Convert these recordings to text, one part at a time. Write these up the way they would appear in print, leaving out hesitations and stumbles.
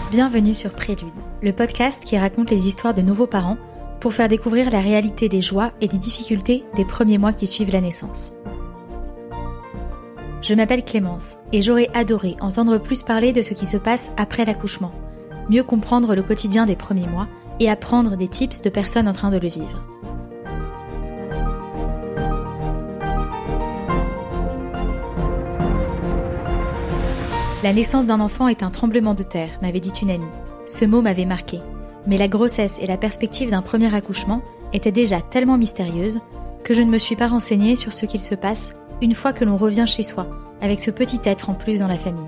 Bienvenue sur Prélude, le podcast qui raconte les histoires de nouveaux parents pour faire découvrir la réalité des joies et des difficultés des premiers mois qui suivent la naissance. Je m'appelle Clémence et j'aurais adoré entendre plus parler de ce qui se passe après l'accouchement, mieux comprendre le quotidien des premiers mois et apprendre des tips de personnes en train de le vivre. La naissance d'un enfant est un tremblement de terre, m'avait dit une amie. Ce mot m'avait marqué. Mais la grossesse et la perspective d'un premier accouchement étaient déjà tellement mystérieuses que je ne me suis pas renseignée sur ce qu'il se passe une fois que l'on revient chez soi, avec ce petit être en plus dans la famille.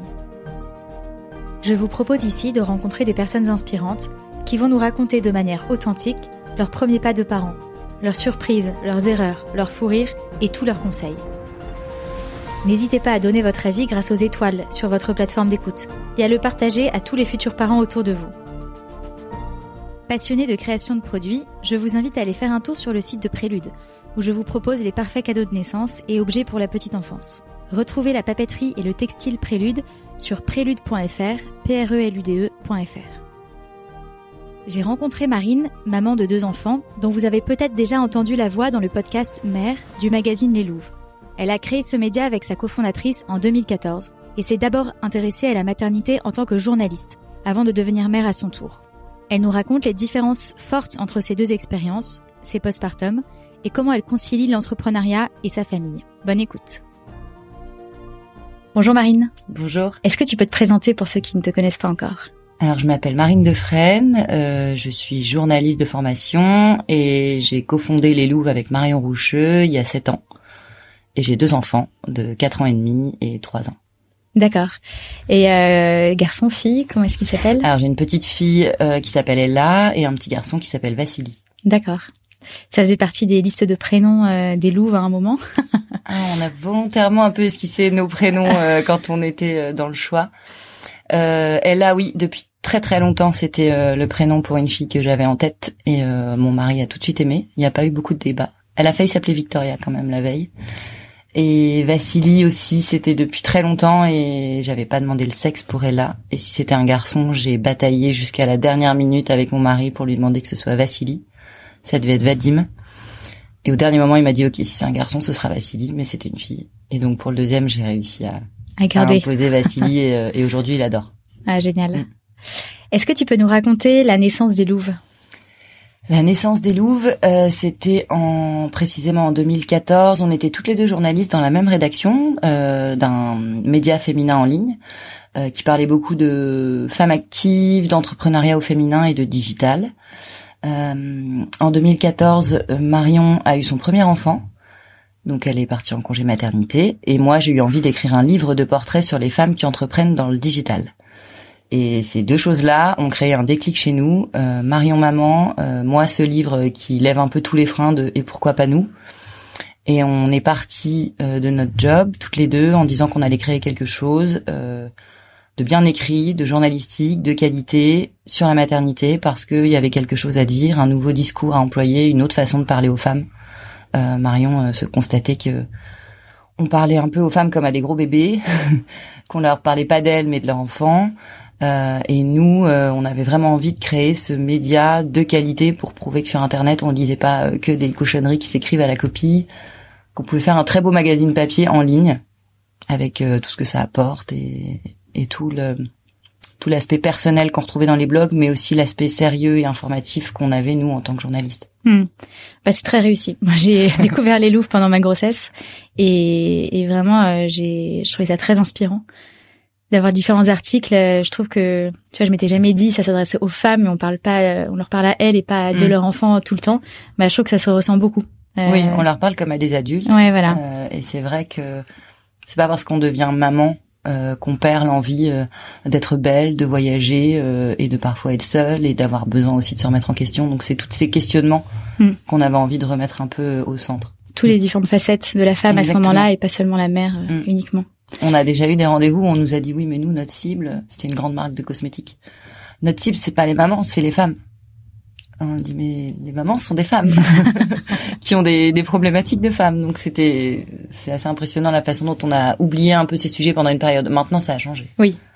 Je vous propose ici de rencontrer des personnes inspirantes qui vont nous raconter de manière authentique leurs premiers pas de parents, leurs surprises, leurs erreurs, leurs fous rires et tous leurs conseils. N'hésitez pas à donner votre avis grâce aux étoiles sur votre plateforme d'écoute et à le partager à tous les futurs parents autour de vous. Passionnés de création de produits, je vous invite à aller faire un tour sur le site de Prélude, où je vous propose les parfaits cadeaux de naissance et objets pour la petite enfance. Retrouvez la papeterie et le textile Prélude sur prélude.fr, prelude.fr. J'ai rencontré Marine, maman de 2 enfants, dont vous avez peut-être déjà entendu la voix dans le podcast Mère du magazine Les Louves. Elle a créé ce média avec sa cofondatrice en 2014 et s'est d'abord intéressée à la maternité en tant que journaliste, avant de devenir mère à son tour. Elle nous raconte les différences fortes entre ces 2 expériences, ses postpartum, et comment elle concilie l'entrepreneuriat et sa famille. Bonne écoute. Bonjour Marine. Bonjour. Est-ce que tu peux te présenter pour ceux qui ne te connaissent pas encore ? Alors, je m'appelle Marine Defresne, je suis journaliste de formation et j'ai cofondé Les Louves avec Marion Roucheux il y a 7 ans. Et j'ai 2 enfants de 4 ans et demi et 3 ans. D'accord. Et garçon, fille, comment est-ce qu'il s'appelle ? Alors, j'ai une petite fille qui s'appelle Ella et un petit garçon qui s'appelle Vassili. D'accord. Ça faisait partie des listes de prénoms des Louves à un moment. On a volontairement un peu esquissé nos prénoms quand on était dans le choix. Ella, oui, depuis très très longtemps, c'était le prénom pour une fille que j'avais en tête et mon mari a tout de suite aimé. Il n'y a pas eu beaucoup de débats. Elle a failli s'appeler Victoria quand même la veille. Et Vassili aussi, c'était depuis très longtemps et j'avais pas demandé le sexe pour Ella. Et si c'était un garçon, j'ai bataillé jusqu'à la dernière minute avec mon mari pour lui demander que ce soit Vassili. Ça devait être Vadim. Et au dernier moment, il m'a dit, ok, si c'est un garçon, ce sera Vassili, mais c'était une fille. Et donc pour le deuxième, j'ai réussi à imposer Vassili et aujourd'hui, il adore. Ah, génial. Est-ce que tu peux nous raconter la naissance des Louves ? La naissance des Louves, c'était précisément en 2014. On était toutes les 2 journalistes dans la même rédaction d'un média féminin en ligne qui parlait beaucoup de femmes actives, d'entrepreneuriat au féminin et de digital. En 2014, Marion a eu son premier enfant, donc elle est partie en congé maternité. Et moi, j'ai eu envie d'écrire un livre de portraits sur les femmes qui entreprennent dans le digital. Et ces 2 choses-là ont créé un déclic chez nous. Marion maman, moi ce livre qui lève un peu tous les freins de et pourquoi pas nous. Et on est parti de notre job toutes les 2 en disant qu'on allait créer quelque chose de bien écrit, de journalistique, de qualité sur la maternité parce qu'il y avait quelque chose à dire, un nouveau discours à employer, une autre façon de parler aux femmes. Marion se constatait que on parlait un peu aux femmes comme à des gros bébés, qu'on leur parlait pas d'elles mais de leurs enfants. Et nous, on avait vraiment envie de créer ce média de qualité pour prouver que sur Internet, on lisait pas que des cochonneries qui s'écrivent à la copie, qu'on pouvait faire un très beau magazine papier en ligne avec tout ce que ça apporte et tout l'aspect personnel qu'on retrouvait dans les blogs, mais aussi l'aspect sérieux et informatif qu'on avait nous en tant que journalistes. Bah, c'est très réussi. Moi, j'ai découvert les Louves pendant ma grossesse et vraiment, je trouvais ça très inspirant d'avoir différents articles. Je trouve que, tu vois, je m'étais jamais dit ça s'adresse aux femmes, mais on leur parle à elles et pas de leurs enfants tout le temps. Bah, je trouve que ça se ressent beaucoup. Oui, on leur parle comme à des adultes. Ouais, voilà. Et c'est vrai que c'est pas parce qu'on devient maman qu'on perd l'envie d'être belle, de voyager et de parfois être seule et d'avoir besoin aussi de se remettre en question. Donc c'est tous ces questionnements qu'on avait envie de remettre un peu au centre. Tous les différentes facettes de la femme. Exactement. À ce moment-là et pas seulement la mère uniquement. On a déjà eu des rendez-vous où on nous a dit oui, mais nous, notre cible, c'était une grande marque de cosmétiques. Notre cible, c'est pas les mamans, c'est les femmes. On dit mais les mamans sont des femmes qui ont des problématiques de femmes. Donc c'est assez impressionnant la façon dont on a oublié un peu ces sujets pendant une période. Maintenant, ça a changé. Oui.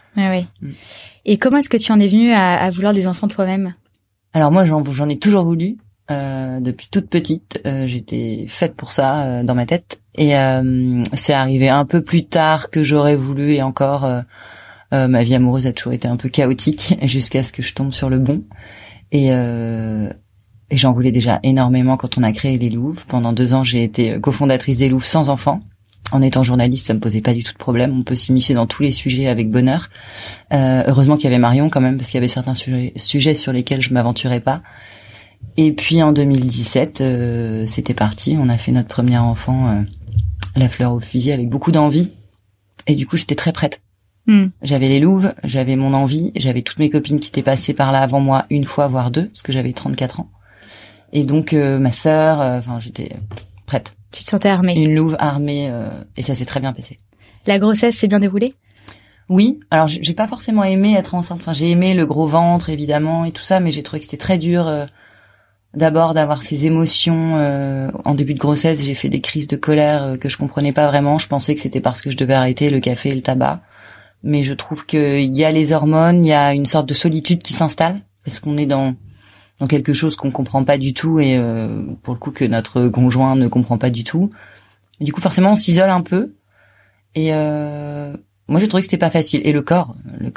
Ouais. Et comment est-ce que tu en es venue à vouloir des enfants toi-même? Alors moi, j'en ai toujours voulu. Depuis toute petite, j'étais faite pour ça dans ma tête. Et c'est arrivé un peu plus tard que j'aurais voulu. Et encore, ma vie amoureuse a toujours été un peu chaotique jusqu'à ce que je tombe sur le bon. Et j'en voulais déjà énormément quand on a créé les Louves. Pendant 2 ans, j'ai été cofondatrice des Louves sans enfants. En étant journaliste, ça me posait pas du tout de problème. On peut s'immiscer dans tous les sujets avec bonheur. Heureusement qu'il y avait Marion quand même, parce qu'il y avait certains sujets sur lesquels je m'aventurais pas. Et puis en 2017, c'était parti. On a fait notre premier enfant, la fleur au fusil, avec beaucoup d'envie. Et du coup, j'étais très prête. J'avais les Louves, j'avais mon envie, j'avais toutes mes copines qui étaient passées par là avant moi, une fois, voire 2, parce que j'avais 34 ans. Et donc, ma sœur, j'étais prête. Tu te sentais armée. Une louve armée, et ça s'est très bien passé. La grossesse s'est bien déroulée? Oui. Alors, j'ai pas forcément aimé être enceinte. Enfin, j'ai aimé le gros ventre, évidemment, et tout ça, mais j'ai trouvé que c'était très dur, d'abord d'avoir ces émotions. En début de grossesse, j'ai fait des crises de colère que je comprenais pas vraiment. Je pensais que c'était parce que je devais arrêter le café et le tabac. Mais je trouve qu'il y a les hormones, il y a une sorte de solitude qui s'installe, parce qu'on est dans quelque chose qu'on comprend pas du tout, et pour le coup que notre conjoint ne comprend pas du tout. Et du coup, forcément, on s'isole un peu. Et moi, j'ai trouvé que c'était pas facile. Et le corps,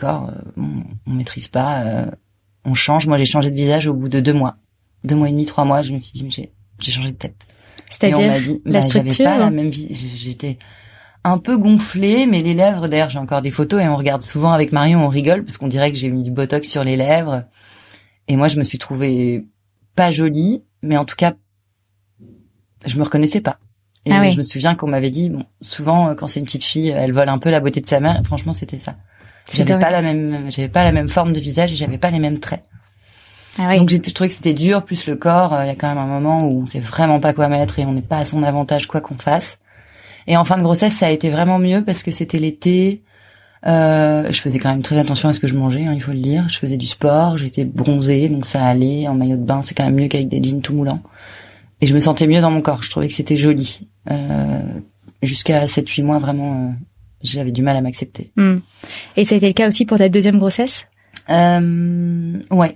on maîtrise pas. On change. Moi, j'ai changé de visage au bout de 2 mois. 2 mois et demi, 3 mois, je me suis dit, mais j'ai changé de tête. C'est-à-dire, et on m'a dit, la structure, j'avais pas la même vie. J'étais un peu gonflée, mais les lèvres, d'ailleurs, j'ai encore des photos et on regarde souvent avec Marion, on rigole parce qu'on dirait que j'ai mis du botox sur les lèvres. Et moi, je me suis trouvée pas jolie, mais en tout cas, je me reconnaissais pas. Et je me souviens qu'on m'avait dit, bon, souvent, quand c'est une petite fille, elle vole un peu la beauté de sa mère. Et franchement, c'était ça. J'avais pas la même forme de visage et j'avais pas les mêmes traits. Donc je trouvais que c'était dur, plus le corps, il y a quand même un moment où on sait vraiment pas quoi mettre et on n'est pas à son avantage quoi qu'on fasse. Et en fin de grossesse, ça a été vraiment mieux parce que c'était l'été. Je faisais quand même très attention à ce que je mangeais, il faut le dire. Je faisais du sport, j'étais bronzée, donc ça allait. En maillot de bain, c'est quand même mieux qu'avec des jeans tout moulants. Et je me sentais mieux dans mon corps. Je trouvais que c'était joli. Jusqu'à 7-8 mois, vraiment, j'avais du mal à m'accepter. Et ça a été le cas aussi pour ta deuxième grossesse? Ouais.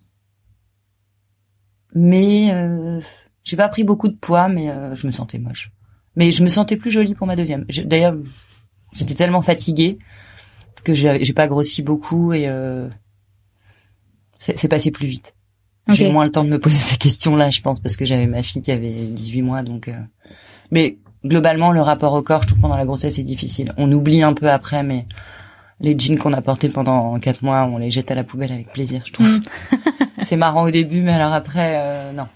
Mais j'ai pas pris beaucoup de poids, mais je me sentais moche. Mais je me sentais plus jolie pour ma deuxième. D'ailleurs, j'étais tellement fatiguée que j'ai pas grossi beaucoup et c'est passé plus vite. Okay. J'ai moins le temps de me poser ces questions-là, je pense, parce que j'avais ma fille qui avait 18 mois, donc. Mais globalement, le rapport au corps, je trouve, pendant la grossesse, c'est difficile. On oublie un peu après, mais les jeans qu'on a portés pendant 4 mois, on les jette à la poubelle avec plaisir, je trouve. C'est marrant au début, mais alors après, non.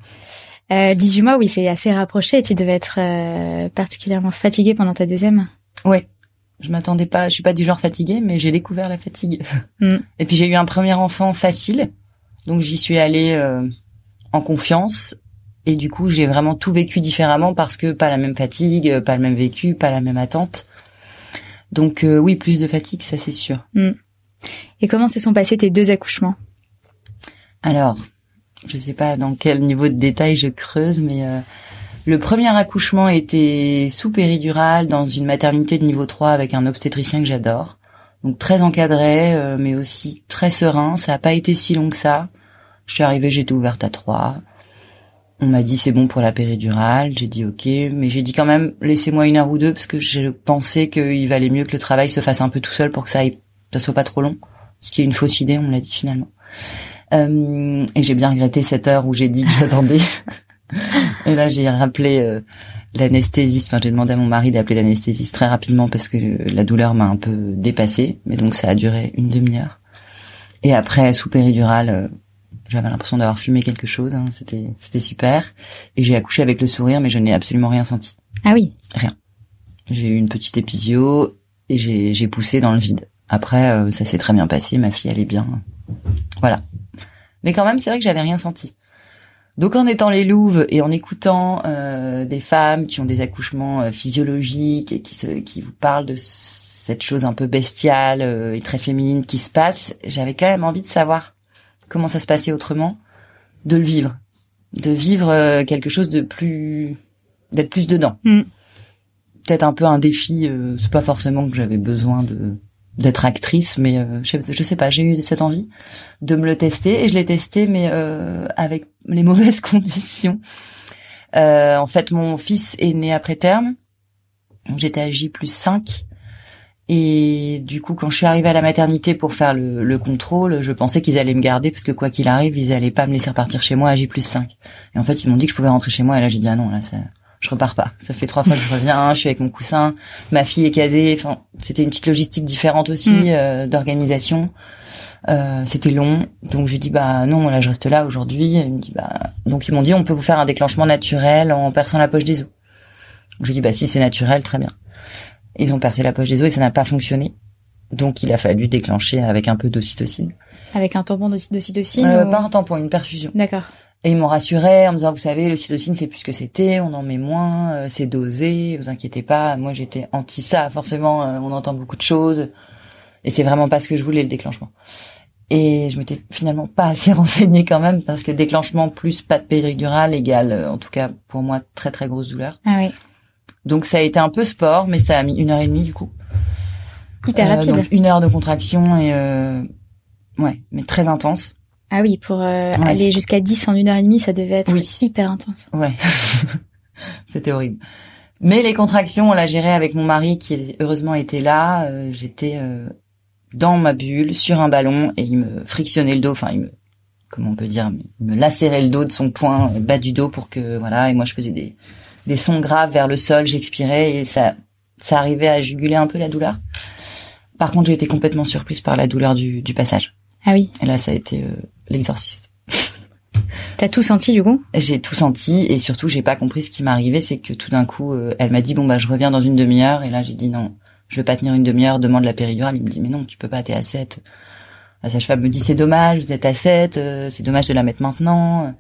18 mois, oui, c'est assez rapproché. Tu devais être particulièrement fatiguée pendant ta deuxième. Oui. Je m'attendais pas, je suis pas du genre fatiguée, mais j'ai découvert la fatigue. Et puis j'ai eu un premier enfant facile, donc j'y suis allée en confiance. Et du coup, j'ai vraiment tout vécu différemment parce que pas la même fatigue, pas le même vécu, pas la même attente. Donc oui, plus de fatigue, ça c'est sûr. Et comment se sont passés tes 2 accouchements? Alors, je sais pas dans quel niveau de détail je creuse, mais le premier accouchement était sous péridurale dans une maternité de niveau 3 avec un obstétricien que j'adore. Donc très encadré, mais aussi très serein. Ça a pas été si long que ça. Je suis arrivée, j'étais ouverte à 3. On m'a dit c'est bon pour la péridurale. J'ai dit ok, mais j'ai dit quand même laissez-moi 1 heure ou 2 parce que je pensais qu'il valait mieux que le travail se fasse un peu tout seul pour que ça soit pas trop long. Ce qui est une fausse idée, on me l'a dit finalement. Et j'ai bien regretté cette heure où j'ai dit que j'attendais. Et là, j'ai rappelé l'anesthésiste. Enfin, j'ai demandé à mon mari d'appeler l'anesthésiste très rapidement parce que la douleur m'a un peu dépassée. Mais donc, ça a duré une demi-heure. Et après, sous péridurale, j'avais l'impression d'avoir fumé quelque chose. Hein. C'était super. Et j'ai accouché avec le sourire, mais je n'ai absolument rien senti. Ah oui? Rien. J'ai eu une petite épisio et j'ai poussé dans le vide. Après, ça s'est très bien passé. Ma fille allait bien. Voilà. Mais quand même, c'est vrai que j'avais rien senti. Donc en étant les Louves et en écoutant des femmes qui ont des accouchements physiologiques et qui vous parlent de cette chose un peu bestiale et très féminine qui se passe, j'avais quand même envie de savoir comment ça se passait autrement, de le vivre, quelque chose d'être plus dedans. Peut-être un peu un défi, c'est pas forcément que j'avais besoin d'être actrice, mais je sais pas, j'ai eu cette envie de me le tester et je l'ai testé, mais avec les mauvaises conditions. En fait, mon fils est né après terme, donc j'étais à J+5, et du coup, quand je suis arrivée à la maternité pour faire le contrôle, je pensais qu'ils allaient me garder parce que quoi qu'il arrive, ils allaient pas me laisser repartir chez moi à J+5. Et en fait, ils m'ont dit que je pouvais rentrer chez moi, et là j'ai dit ah non, là je repars pas. Ça fait 3 fois que je reviens, je suis avec mon coussin, ma fille est casée. Enfin, c'était une petite logistique différente aussi d'organisation. C'était long, donc j'ai dit bah non, là je reste là aujourd'hui. Et donc ils m'ont dit on peut vous faire un déclenchement naturel en perçant la poche des os. Donc j'ai dit bah si c'est naturel, très bien. Ils ont percé la poche des os et ça n'a pas fonctionné. Donc il a fallu déclencher avec un peu d'ocytocine. Avec un tampon d'ocytocine Pas un tampon, une perfusion. D'accord. Et ils m'ont rassuré en me disant, vous savez, l'ocytocine, c'est plus ce que c'était, on en met moins, c'est dosé, vous inquiétez pas. Moi, j'étais anti ça, forcément, on entend beaucoup de choses. Et c'est vraiment pas ce que je voulais, le déclenchement. Et je m'étais finalement pas assez renseignée quand même, parce que déclenchement plus pas de péridurale égale, en tout cas, pour moi, très très grosse douleur. Ah oui. Donc ça a été un peu sport, mais ça a mis 1h30 du coup. Hyper rapide. Donc 1 heure de contraction et, ouais, mais très intense. Ah oui, pour aller jusqu'à 10 en 1h30, ça devait être hyper intense. Ouais, c'était horrible. Mais les contractions, on l'a géré avec mon mari qui heureusement était là. J'étais dans ma bulle, sur un ballon, et il me frictionnait le dos. Enfin, comment on peut dire, il me lacérait le dos de son poing bas du dos pour que, voilà, et moi je faisais des sons graves vers le sol, j'expirais et ça arrivait à juguler un peu la douleur. Par contre, j'ai été complètement surprise par la douleur du passage. Ah oui. Et là, ça a été l'exorciste. T'as tout senti du coup ? J'ai tout senti et surtout, j'ai pas compris ce qui m'arrivait, c'est que tout d'un coup, elle m'a dit bon bah je reviens dans une demi-heure et là j'ai dit non, je vais pas tenir une demi-heure, demande la péridurale. Il me dit mais non, tu peux pas, t'es à 7. La sage-femme me dit c'est dommage, vous êtes à 7, c'est dommage de la mettre maintenant.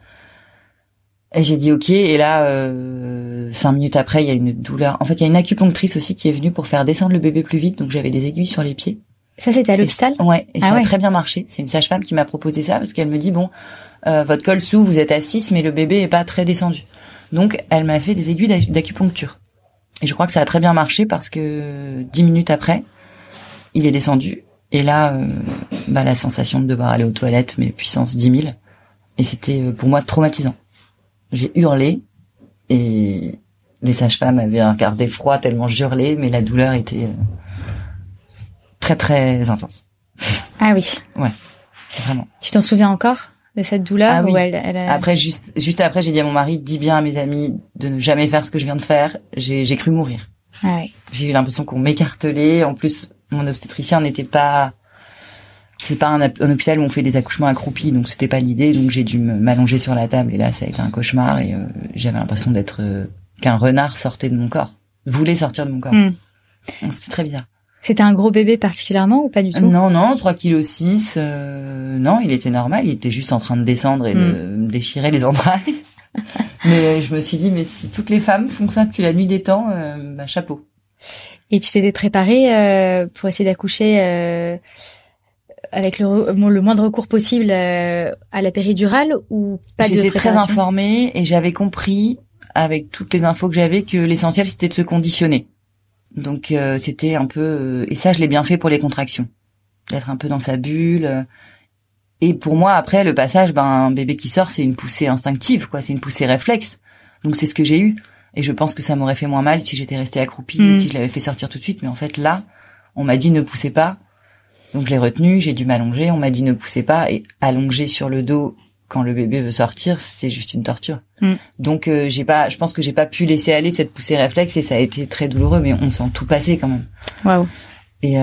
Et j'ai dit ok, et là 5 minutes après, il y a une douleur. En fait, il y a une acupunctrice aussi qui est venue pour faire descendre le bébé plus vite, donc j'avais des aiguilles sur les pieds. Ça, c'était à l'hôpital ? Ouais, et ça a très bien marché. C'est une sage-femme qui m'a proposé ça parce qu'elle me dit bon, votre col sous, vous êtes à 6, mais le bébé est pas très descendu. Donc, elle m'a fait des aiguilles d'acupuncture. Et je crois que ça a très bien marché parce que 10 minutes après, il est descendu. Et là, la sensation de devoir aller aux toilettes, mais puissance 10 000. Et c'était pour moi traumatisant. J'ai hurlé et les sages-femmes avaient un regard d'effroi tellement j'hurlais, mais la douleur était très très intense. Ah oui. Ouais, vraiment. Tu t'en souviens encore de cette douleur ? Ah oui. Où elle Après, juste après, j'ai dit à mon mari, dis bien à mes amis de ne jamais faire ce que je viens de faire. J'ai cru mourir. Ah oui. J'ai eu l'impression qu'on m'écartelait. En plus, mon obstétricien n'était pas... C'est pas un hôpital où on fait des accouchements accroupis, donc c'était pas l'idée. Donc j'ai dû m'allonger sur la table et là, ça a été un cauchemar et j'avais l'impression d'être qu'un renard sortait de mon corps, voulait sortir de mon corps. Donc, c'était très bizarre. C'était un gros bébé particulièrement ou pas du tout ? Non, 3,6 kg. Non, il était normal. Il était juste en train de descendre et de me déchirer les entrailles. Mais je me suis dit, mais si toutes les femmes font ça depuis la nuit des temps, chapeau. Et tu t'étais préparée pour essayer d'accoucher avec le moindre recours possible à la péridurale ou pas de préparation ? J'étais très informée et j'avais compris, avec toutes les infos que j'avais, que l'essentiel c'était de se conditionner. Donc c'était un peu... et ça, je l'ai bien fait pour les contractions. D'être un peu dans sa bulle. Et pour moi, après, le passage, un bébé qui sort, c'est une poussée instinctive, quoi. C'est une poussée réflexe. Donc c'est ce que j'ai eu. Et je pense que ça m'aurait fait moins mal si j'étais restée accroupie, si je l'avais fait sortir tout de suite. Mais en fait, là, on m'a dit ne poussez pas. Donc je l'ai retenu, j'ai dû m'allonger. On m'a dit ne poussez pas. Et allonger sur le dos quand le bébé veut sortir, c'est juste une torture. Donc je pense que j'ai pas pu laisser aller cette poussée réflexe et ça a été très douloureux. Mais on sent tout passer quand même. Waouh. Et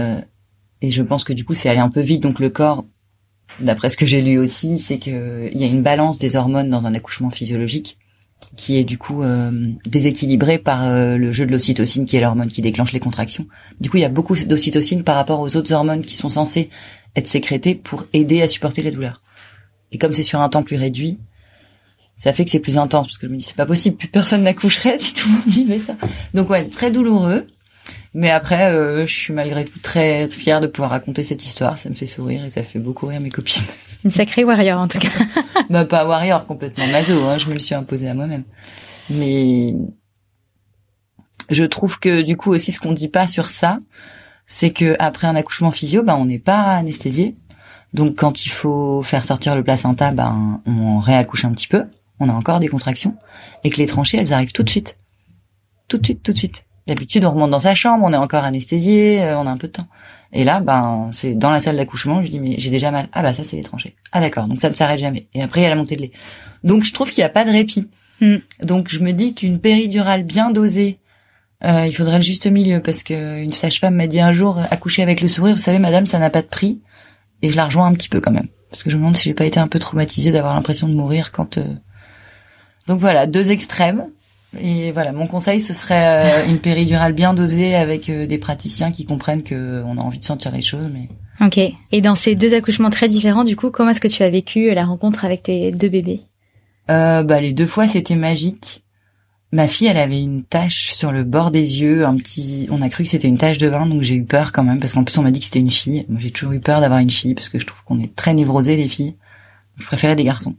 je pense que du coup, c'est allé un peu vite. Donc le corps, d'après ce que j'ai lu aussi, c'est que il y a une balance des hormones dans un accouchement physiologique qui est du coup déséquilibrée par le jeu de l'ocytocine qui est l'hormone qui déclenche les contractions. Du coup, il y a beaucoup d'ocytocine par rapport aux autres hormones qui sont censées être sécrétées pour aider à supporter la douleur. Et comme c'est sur un temps plus réduit, ça fait que c'est plus intense parce que je me dis c'est pas possible, plus personne n'accoucherait si tout le monde vivait ça. Donc ouais, très douloureux. Mais après, je suis malgré tout très fière de pouvoir raconter cette histoire. Ça me fait sourire et ça fait beaucoup rire mes copines. Une sacrée warrior, en tout cas. Pas warrior, complètement maso, je me le suis imposé à moi-même. Mais je trouve que, du coup, aussi, ce qu'on dit pas sur ça, c'est que après un accouchement physio, on n'est pas anesthésié. Donc quand il faut faire sortir le placenta, on réaccouche un petit peu. On a encore des contractions. Et que les tranchées, elles arrivent tout de suite. Tout de suite. D'habitude, on remonte dans sa chambre, on est encore anesthésié, on a un peu de temps. Et là, c'est dans la salle d'accouchement, je dis, mais j'ai déjà mal. Ah ça, c'est les tranchées. Ah d'accord, donc ça ne s'arrête jamais. Et après, il y a la montée de lait. Donc je trouve qu'il n'y a pas de répit. Donc je me dis qu'une péridurale bien dosée, il faudrait le juste milieu, parce que une sage-femme m'a dit un jour, accoucher avec le sourire, vous savez, madame, ça n'a pas de prix. Et je la rejoins un petit peu quand même. Parce que je me demande si j'ai pas été un peu traumatisée d'avoir l'impression de mourir quand... Donc voilà, 2 extrêmes. Et voilà, mon conseil, ce serait une péridurale bien dosée avec des praticiens qui comprennent que on a envie de sentir les choses. Mais Ok. Et dans ces 2 accouchements très différents, du coup, comment est-ce que tu as vécu la rencontre avec tes 2 bébés? Les 2 fois, c'était magique. Ma fille, elle avait une tache sur le bord des yeux, on a cru que c'était une tache de vin, donc j'ai eu peur quand même, parce qu'en plus on m'a dit que c'était une fille. Moi, j'ai toujours eu peur d'avoir une fille, parce que je trouve qu'on est très névrosés, les filles. Je préférais des garçons.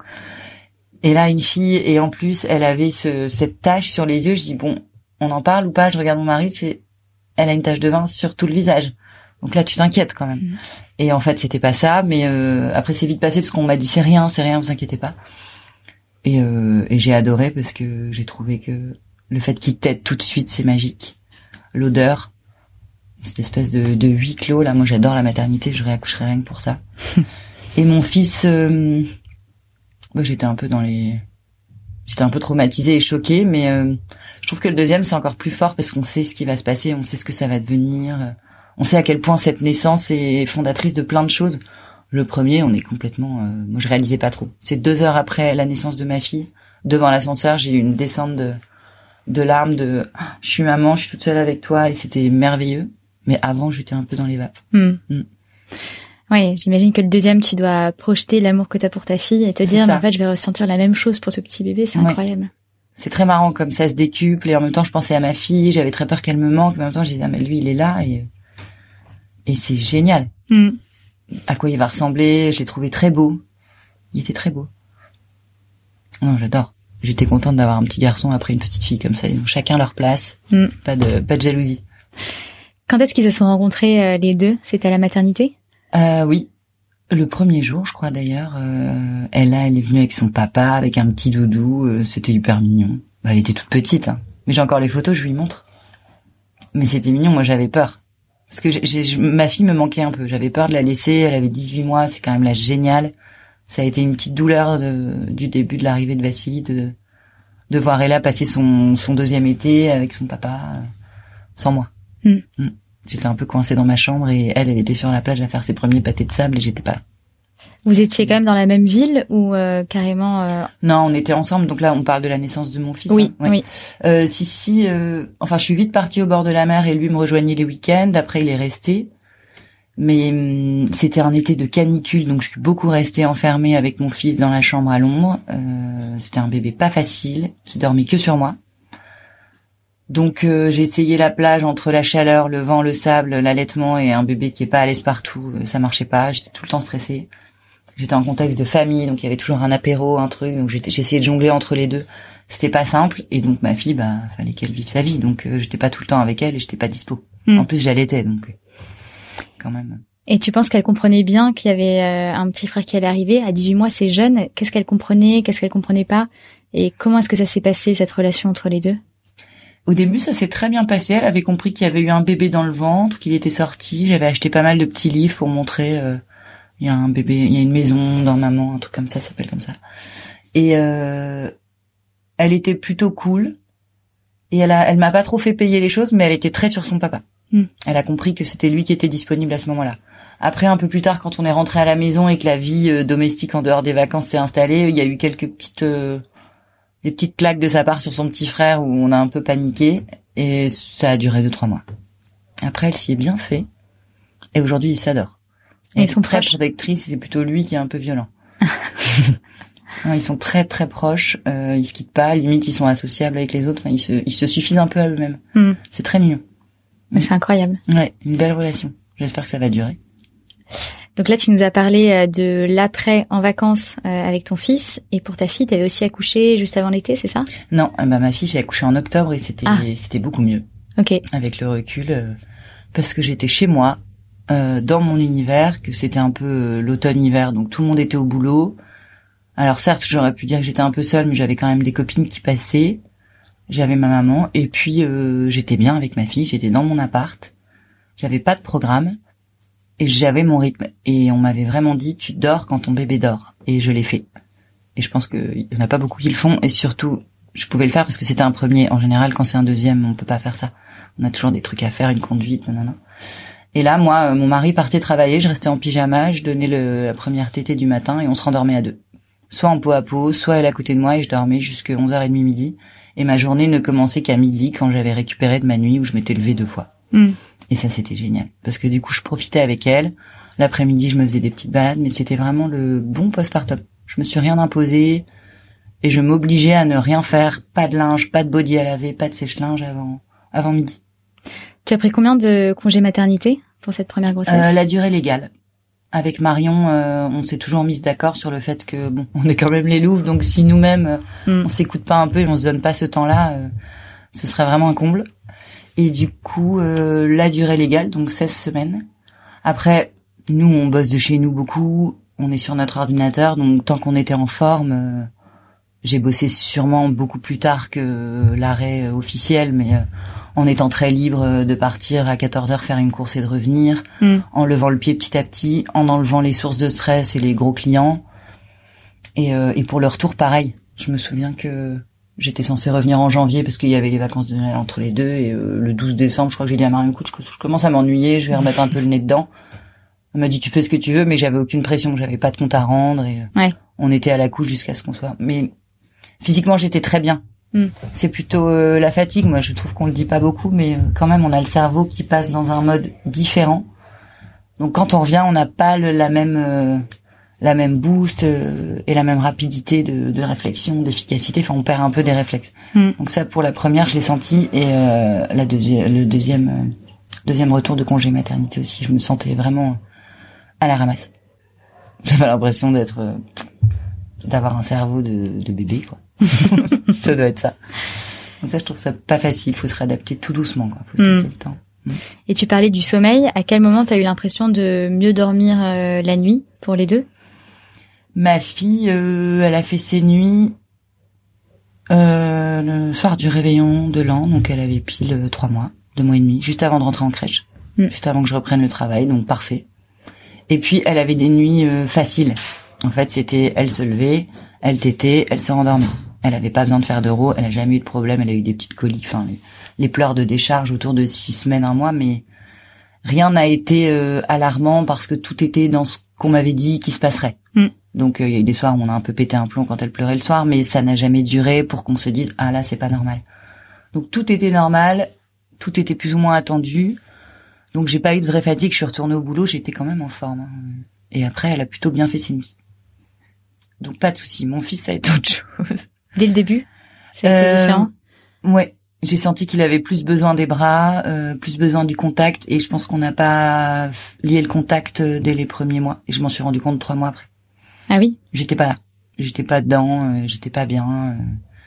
Et là, une fille, et en plus, elle avait cette tache sur les yeux. Je dis, bon, on en parle ou pas? Je regarde mon mari, elle a une tache de vin sur tout le visage. Donc là, tu t'inquiètes quand même. Et en fait, c'était pas ça, mais après, c'est vite passé, parce qu'on m'a dit, c'est rien, vous inquiétez pas. Et j'ai adoré, parce que j'ai trouvé que le fait qu'il t'aide tout de suite, c'est magique. L'odeur, cette espèce de huis clos, là, moi j'adore la maternité, je réaccoucherai rien que pour ça. Et mon fils... j'étais un peu traumatisée et choquée, mais je trouve que le deuxième, c'est encore plus fort parce qu'on sait ce qui va se passer, on sait ce que ça va devenir, on sait à quel point cette naissance est fondatrice de plein de choses. Le premier, on est complètement... moi, je réalisais pas trop. C'est 2 heures après la naissance de ma fille, devant l'ascenseur, j'ai eu une descente de larmes, je suis maman, je suis toute seule avec toi, et c'était merveilleux. Mais avant, j'étais un peu dans les vapes. Oui, j'imagine que le deuxième, tu dois projeter l'amour que t'as pour ta fille et te dire, mais en fait, je vais ressentir la même chose pour ce petit bébé, c'est incroyable. C'est très marrant comme ça se décuple, et en même temps, je pensais à ma fille, j'avais très peur qu'elle me manque, mais en même temps, je disais, ah, mais lui, il est là, et c'est génial. À quoi il va ressembler, je l'ai trouvé très beau. Il était très beau. Non, j'adore. J'étais contente d'avoir un petit garçon après une petite fille comme ça, ils ont chacun leur place, pas de jalousie. Quand est-ce qu'ils se sont rencontrés, les 2? C'était à la maternité? Oui, le premier jour, je crois d'ailleurs. Elle est venue avec son papa, avec un petit doudou. C'était hyper mignon. Elle était toute petite, hein. Mais j'ai encore les photos, je lui montre. Mais c'était mignon. Moi, j'avais peur parce que ma fille me manquait un peu. J'avais peur de la laisser. Elle avait 18 mois. C'est quand même là génial. Ça a été une petite douleur du début de l'arrivée de Vassili de voir Ella passer son deuxième été avec son papa sans moi. J'étais un peu coincée dans ma chambre et elle était sur la plage à faire ses premiers pâtés de sable et j'étais pas là. Vous étiez quand même dans la même ville ou carrément Non, on était ensemble. Donc là, on parle de la naissance de mon fils. Oui, hein. Ouais. Oui. Enfin, je suis vite partie au bord de la mer et lui me rejoignait les week-ends. Après, il est resté. Mais c'était un été de canicule, donc je suis beaucoup restée enfermée avec mon fils dans la chambre à l'ombre. C'était un bébé pas facile, qui dormait que sur moi. Donc j'ai essayé la plage entre la chaleur, le vent, le sable, l'allaitement et un bébé qui est pas à l'aise partout. Ça marchait pas, j'étais tout le temps stressée. J'étais en contexte de famille, donc il y avait toujours un apéro, un truc. Donc j'essayais de jongler entre les deux. C'était pas simple. Et donc ma fille, fallait qu'elle vive sa vie. Donc j'étais pas tout le temps avec elle et j'étais pas dispo. En plus j'allaitais, donc quand même. Et tu penses qu'elle comprenait bien qu'il y avait un petit frère qui allait arriver? À 18 mois, c'est jeune. Qu'est-ce qu'elle comprenait? Qu'est-ce qu'elle comprenait pas? Et comment est-ce que ça s'est passé, cette relation entre les deux? Au début, ça s'est très bien passé. Elle avait compris qu'il y avait eu un bébé dans le ventre, qu'il était sorti. J'avais acheté pas mal de petits livres pour montrer il y a un bébé, il y a une maison dans maman, un truc comme ça s'appelle comme ça. Et elle était plutôt cool. Et elle m'a pas trop fait payer les choses, mais elle était très sur son papa. Elle a compris que c'était lui qui était disponible à ce moment-là. Après, un peu plus tard, quand on est rentré à la maison et que la vie domestique en dehors des vacances s'est installée, il y a eu quelques des petites claques de sa part sur son petit frère où on a un peu paniqué et ça a duré 2-3 mois. Après, elle s'y est bien fait et aujourd'hui, il s'adore. Et ils sont très proches. protectrices, c'est plutôt lui qui est un peu violent. Non, ils sont très très proches, ils se quittent pas, limite ils sont associables avec les autres, enfin, ils se suffisent un peu à eux-mêmes. C'est très mignon. Mais c'est incroyable. Ouais, une belle relation. J'espère que ça va durer. Donc là, tu nous as parlé de l'après en vacances avec ton fils. Et pour ta fille, tu avais aussi accouché juste avant l'été, c'est ça? Non, ma fille, j'ai accouché en octobre et c'était beaucoup mieux. Ok. Avec le recul, parce que j'étais chez moi, dans mon univers, que c'était un peu l'automne-hiver, donc tout le monde était au boulot. Alors certes, j'aurais pu dire que j'étais un peu seule, mais j'avais quand même des copines qui passaient. J'avais ma maman, et puis j'étais bien avec ma fille, j'étais dans mon appart. J'avais pas de programme, et j'avais mon rythme. Et on m'avait vraiment dit, tu dors quand ton bébé dort. Et je l'ai fait. Et je pense qu'il y en a pas beaucoup qui le font, et surtout, je pouvais le faire parce que c'était un premier. En général, quand c'est un deuxième, on peut pas faire ça. On a toujours des trucs à faire, une conduite, nanana. Et là, moi, mon mari partait travailler, je restais en pyjama, je donnais la première tétée du matin et on se rendormait à deux. Soit en peau à peau, soit elle à côté de moi et je dormais jusqu'à 11h30 midi. Et ma journée ne commençait qu'à midi quand j'avais récupéré de ma nuit où je m'étais levée 2 fois. Et ça, c'était génial. Parce que du coup, je profitais avec elle. L'après-midi, je me faisais des petites balades, mais c'était vraiment le bon postpartum. Je me suis rien imposé et je m'obligeais à ne rien faire. Pas de linge, pas de body à laver, pas de sèche-linge avant midi. Tu as pris combien de congés maternité pour cette première grossesse? La durée légale. Avec Marion, on s'est toujours mis d'accord sur le fait que bon, on est quand même les louves, donc si nous-mêmes on s'écoute pas un peu et on se donne pas ce temps-là, ce serait vraiment un comble. Et du coup, la durée légale, donc 16 semaines. Après, nous, on bosse de chez nous beaucoup, on est sur notre ordinateur, donc tant qu'on était en forme, j'ai bossé sûrement beaucoup plus tard que l'arrêt officiel, mais en étant très libre de partir à 14h faire une course et de revenir, en levant le pied petit à petit, en enlevant les sources de stress et les gros clients. Et pour le retour, pareil. Je me souviens que j'étais censée revenir en janvier parce qu'il y avait les vacances de Noël entre les deux, et le 12 décembre, je crois que j'ai dit à Marion, écoute, je commence à m'ennuyer, je vais remettre un peu le nez dedans. Elle m'a dit, tu fais ce que tu veux, mais j'avais aucune pression, j'avais pas de compte à rendre, et on était à la couche jusqu'à ce qu'on soit. Mais physiquement, j'étais très bien. C'est plutôt la fatigue. Moi, je trouve qu'on le dit pas beaucoup, mais quand même, on a le cerveau qui passe dans un mode différent. Donc, quand on revient, on n'a pas la même boost et la même rapidité de réflexion, d'efficacité. Enfin, on perd un peu des réflexes. Donc ça, pour la première, je l'ai senti, et le deuxième retour de congé maternité aussi, je me sentais vraiment à la ramasse. J'avais l'impression d'avoir un cerveau de bébé, quoi. Ça doit être ça. Donc ça, je trouve ça pas facile. Faut se réadapter tout doucement, quoi. Faut se laisser le temps. Et tu parlais du sommeil. À quel moment t'as eu l'impression de mieux dormir la nuit pour les deux? Ma fille, elle a fait ses nuits le soir du réveillon de l'an, donc elle avait pile 3 mois, 2 mois et demi, juste avant de rentrer en crèche, juste avant que je reprenne le travail, donc parfait. Et puis elle avait des nuits faciles. En fait, c'était elle se levait, elle tétait, elle se rendormait. Elle avait pas besoin de faire d'euro, elle a jamais eu de problème, elle a eu des petites coliques, enfin les pleurs de décharge autour de 6 semaines, 1 mois, mais rien n'a été alarmant parce que tout était dans ce qu'on m'avait dit qui se passerait. Donc il y a eu des soirs où on a un peu pété un plomb quand elle pleurait le soir, mais ça n'a jamais duré pour qu'on se dise ah là c'est pas normal. Donc tout était normal, tout était plus ou moins attendu. Donc j'ai pas eu de vraie fatigue, je suis retournée au boulot, j'étais quand même en forme. Et après elle a plutôt bien fait ses nuits. Donc pas de souci, mon fils ça a été autre chose. Dès le début, ça a été différent. Ouais, j'ai senti qu'il avait plus besoin des bras, plus besoin du contact, et je pense qu'on n'a pas lié le contact dès les premiers mois. Et je m'en suis rendu compte 3 mois après. Ah oui? J'étais pas là, j'étais pas dedans, j'étais pas bien,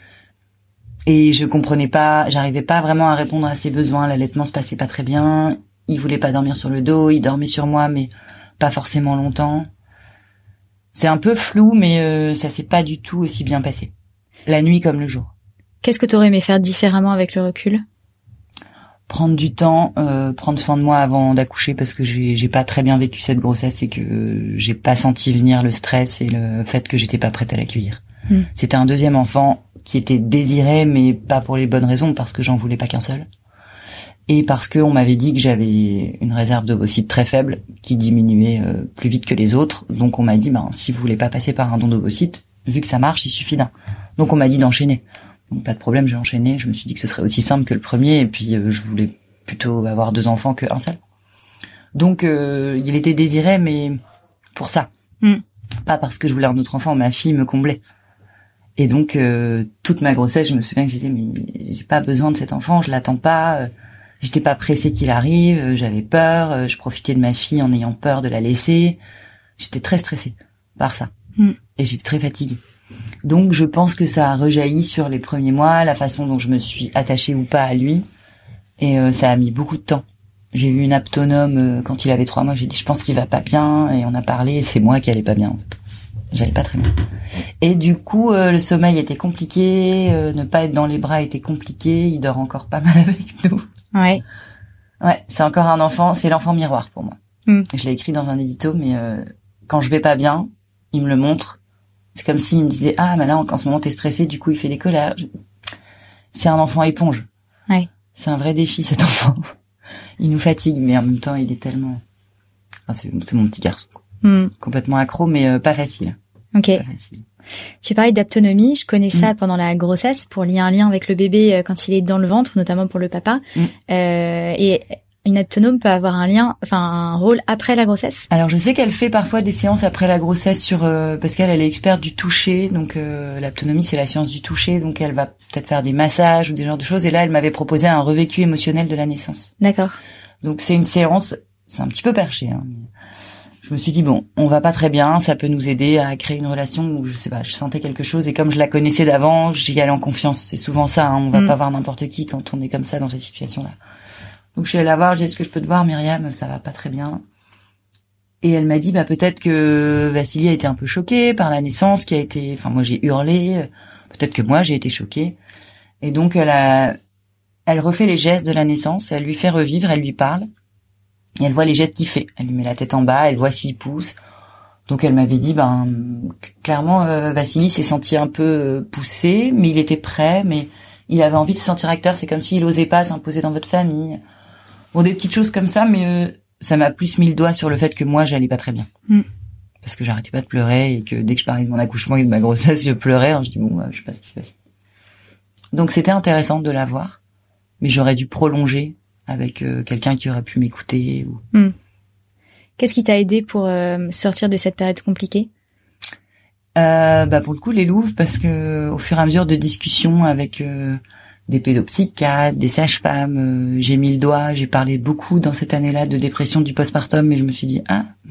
et je comprenais pas, j'arrivais pas vraiment à répondre à ses besoins. L'allaitement se passait pas très bien. Il voulait pas dormir sur le dos, il dormait sur moi, mais pas forcément longtemps. C'est un peu flou, mais ça s'est pas du tout aussi bien passé. La nuit comme le jour. Qu'est-ce que t'aurais aimé faire différemment avec le recul? Prendre du temps, prendre soin de moi avant d'accoucher, parce que j'ai pas très bien vécu cette grossesse et que j'ai pas senti venir le stress et le fait que j'étais pas prête à l'accueillir. C'était un deuxième enfant qui était désiré, mais pas pour les bonnes raisons, parce que j'en voulais pas qu'un seul. Et parce que on m'avait dit que j'avais une réserve d'ovocytes très faible, qui diminuait plus vite que les autres. Donc on m'a dit, si vous voulez pas passer par un don d'ovocytes, vu que ça marche, il suffit d'un. Donc on m'a dit d'enchaîner. Donc pas de problème, j'ai enchaîné. Je me suis dit que ce serait aussi simple que le premier, et puis je voulais plutôt avoir 2 enfants qu'un seul. Donc il était désiré, mais pour ça. Pas parce que je voulais un autre enfant, ma fille me comblait. Et donc toute ma grossesse, je me souviens que je disais, mais j'ai pas besoin de cet enfant, je l'attends pas. J'étais pas pressée qu'il arrive, j'avais peur, je profitais de ma fille en ayant peur de la laisser. J'étais très stressée par ça. Et j'étais très fatiguée. Donc je pense que ça a rejailli sur les premiers mois, la façon dont je me suis attachée ou pas à lui. Et ça a mis beaucoup de temps J'ai vu une aptonome quand il avait 3 mois. J'ai dit, je pense qu'il va pas bien, et on a parlé. Et c'est moi qui allais pas bien. J'allais pas très bien. Et du coup, le sommeil était compliqué. Ne pas être dans les bras était compliqué. Il dort encore pas mal avec nous. Ouais. Ouais, c'est encore un enfant. C'est l'enfant miroir pour moi. Je l'ai écrit dans un édito, mais quand je vais pas bien, il me le montre. C'est comme s'il me disait, ah, mais là, en ce moment, t'es stressé, du coup, il fait des colères. C'est un enfant éponge. Ouais. C'est un vrai défi, cet enfant. Il nous fatigue, mais en même temps, il est tellement... Enfin, c'est mon petit garçon. Complètement accro, mais pas facile. Ok. Pas facile. Tu parlais d'aptonomie. Je connais ça pendant la grossesse pour lier un lien avec le bébé quand il est dans le ventre, notamment pour le papa. Et une aptonome peut avoir un rôle après la grossesse. Alors, je sais qu'elle fait parfois des séances après la grossesse parce qu'elle est experte du toucher. Donc, l'aptonomie, c'est la science du toucher. Donc, elle va peut-être faire des massages ou des genres de choses. Et là, elle m'avait proposé un revécu émotionnel de la naissance. D'accord. Donc, c'est une séance, c'est un petit peu perché, hein. Je me suis dit, bon, on va pas très bien, ça peut nous aider à créer une relation où, je sais pas, je sentais quelque chose et comme je la connaissais d'avant, j'y allais en confiance. C'est souvent ça, hein, on va pas voir n'importe qui quand on est comme ça dans cette situation-là. Donc je suis allée la voir, j'ai dit, est-ce que je peux te voir, Myriam, ça va pas très bien. Et elle m'a dit, bah peut-être que Vassili a été un peu choqué par la naissance, moi j'ai hurlé, peut-être que moi j'ai été choquée. Et donc elle refait les gestes de la naissance, elle lui fait revivre, elle lui parle. Et elle voit les gestes qu'il fait. Elle lui met la tête en bas, elle voit s'il pousse. Donc elle m'avait dit, clairement, Vassili s'est senti un peu poussé, mais il était prêt, mais il avait envie de se sentir acteur. C'est comme s'il osait pas s'imposer dans votre famille. Bon, des petites choses comme ça, mais ça m'a plus mis le doigt sur le fait que moi, j'allais pas très bien. Parce que j'arrêtais pas de pleurer et que dès que je parlais de mon accouchement et de ma grossesse, je pleurais. Alors je dis, je sais pas ce qui se passe. Donc c'était intéressant de la voir, mais j'aurais dû prolonger avec quelqu'un qui aurait pu m'écouter. Qu'est-ce qui t'a aidé pour sortir de cette période compliquée ? Pour le coup, les louves, parce que au fur et à mesure de discussions avec des pédopsychiatres, des sages-femmes, j'ai mis le doigt, j'ai parlé beaucoup dans cette année-là de dépression du postpartum, mais je me suis dit,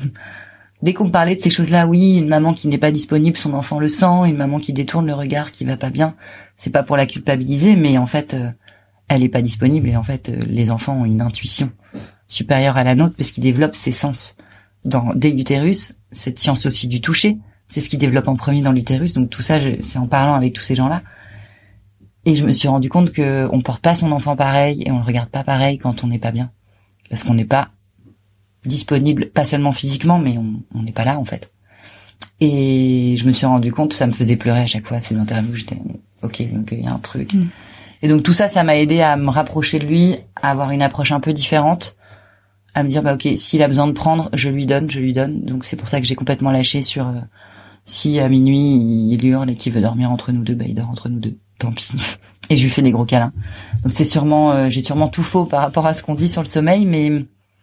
dès qu'on me parlait de ces choses-là, oui, une maman qui n'est pas disponible, son enfant le sent, une maman qui détourne le regard, qui va pas bien, c'est pas pour la culpabiliser, mais en fait... elle est pas disponible et en fait les enfants ont une intuition supérieure à la nôtre parce qu'ils développent ces sens dès l'utérus, cette science aussi du toucher, c'est ce qu'ils développent en premier dans l'utérus. Donc tout ça, c'est en parlant avec tous ces gens-là et je me suis rendu compte que on porte pas son enfant pareil et on le regarde pas pareil quand on n'est pas bien parce qu'on n'est pas disponible, pas seulement physiquement, mais on n'est pas là en fait. Et je me suis rendu compte, ça me faisait pleurer à chaque fois ces interviews. J'étais ok, donc il y a un truc. Et donc tout ça, ça m'a aidé à me rapprocher de lui, à avoir une approche un peu différente, à me dire ok, s'il a besoin de prendre, je lui donne. Donc c'est pour ça que j'ai complètement lâché sur si à minuit il hurle et qu'il veut dormir entre nous deux, il dort entre nous deux. Tant pis. Et je lui fais des gros câlins. Donc c'est sûrement j'ai sûrement tout faux par rapport à ce qu'on dit sur le sommeil, mais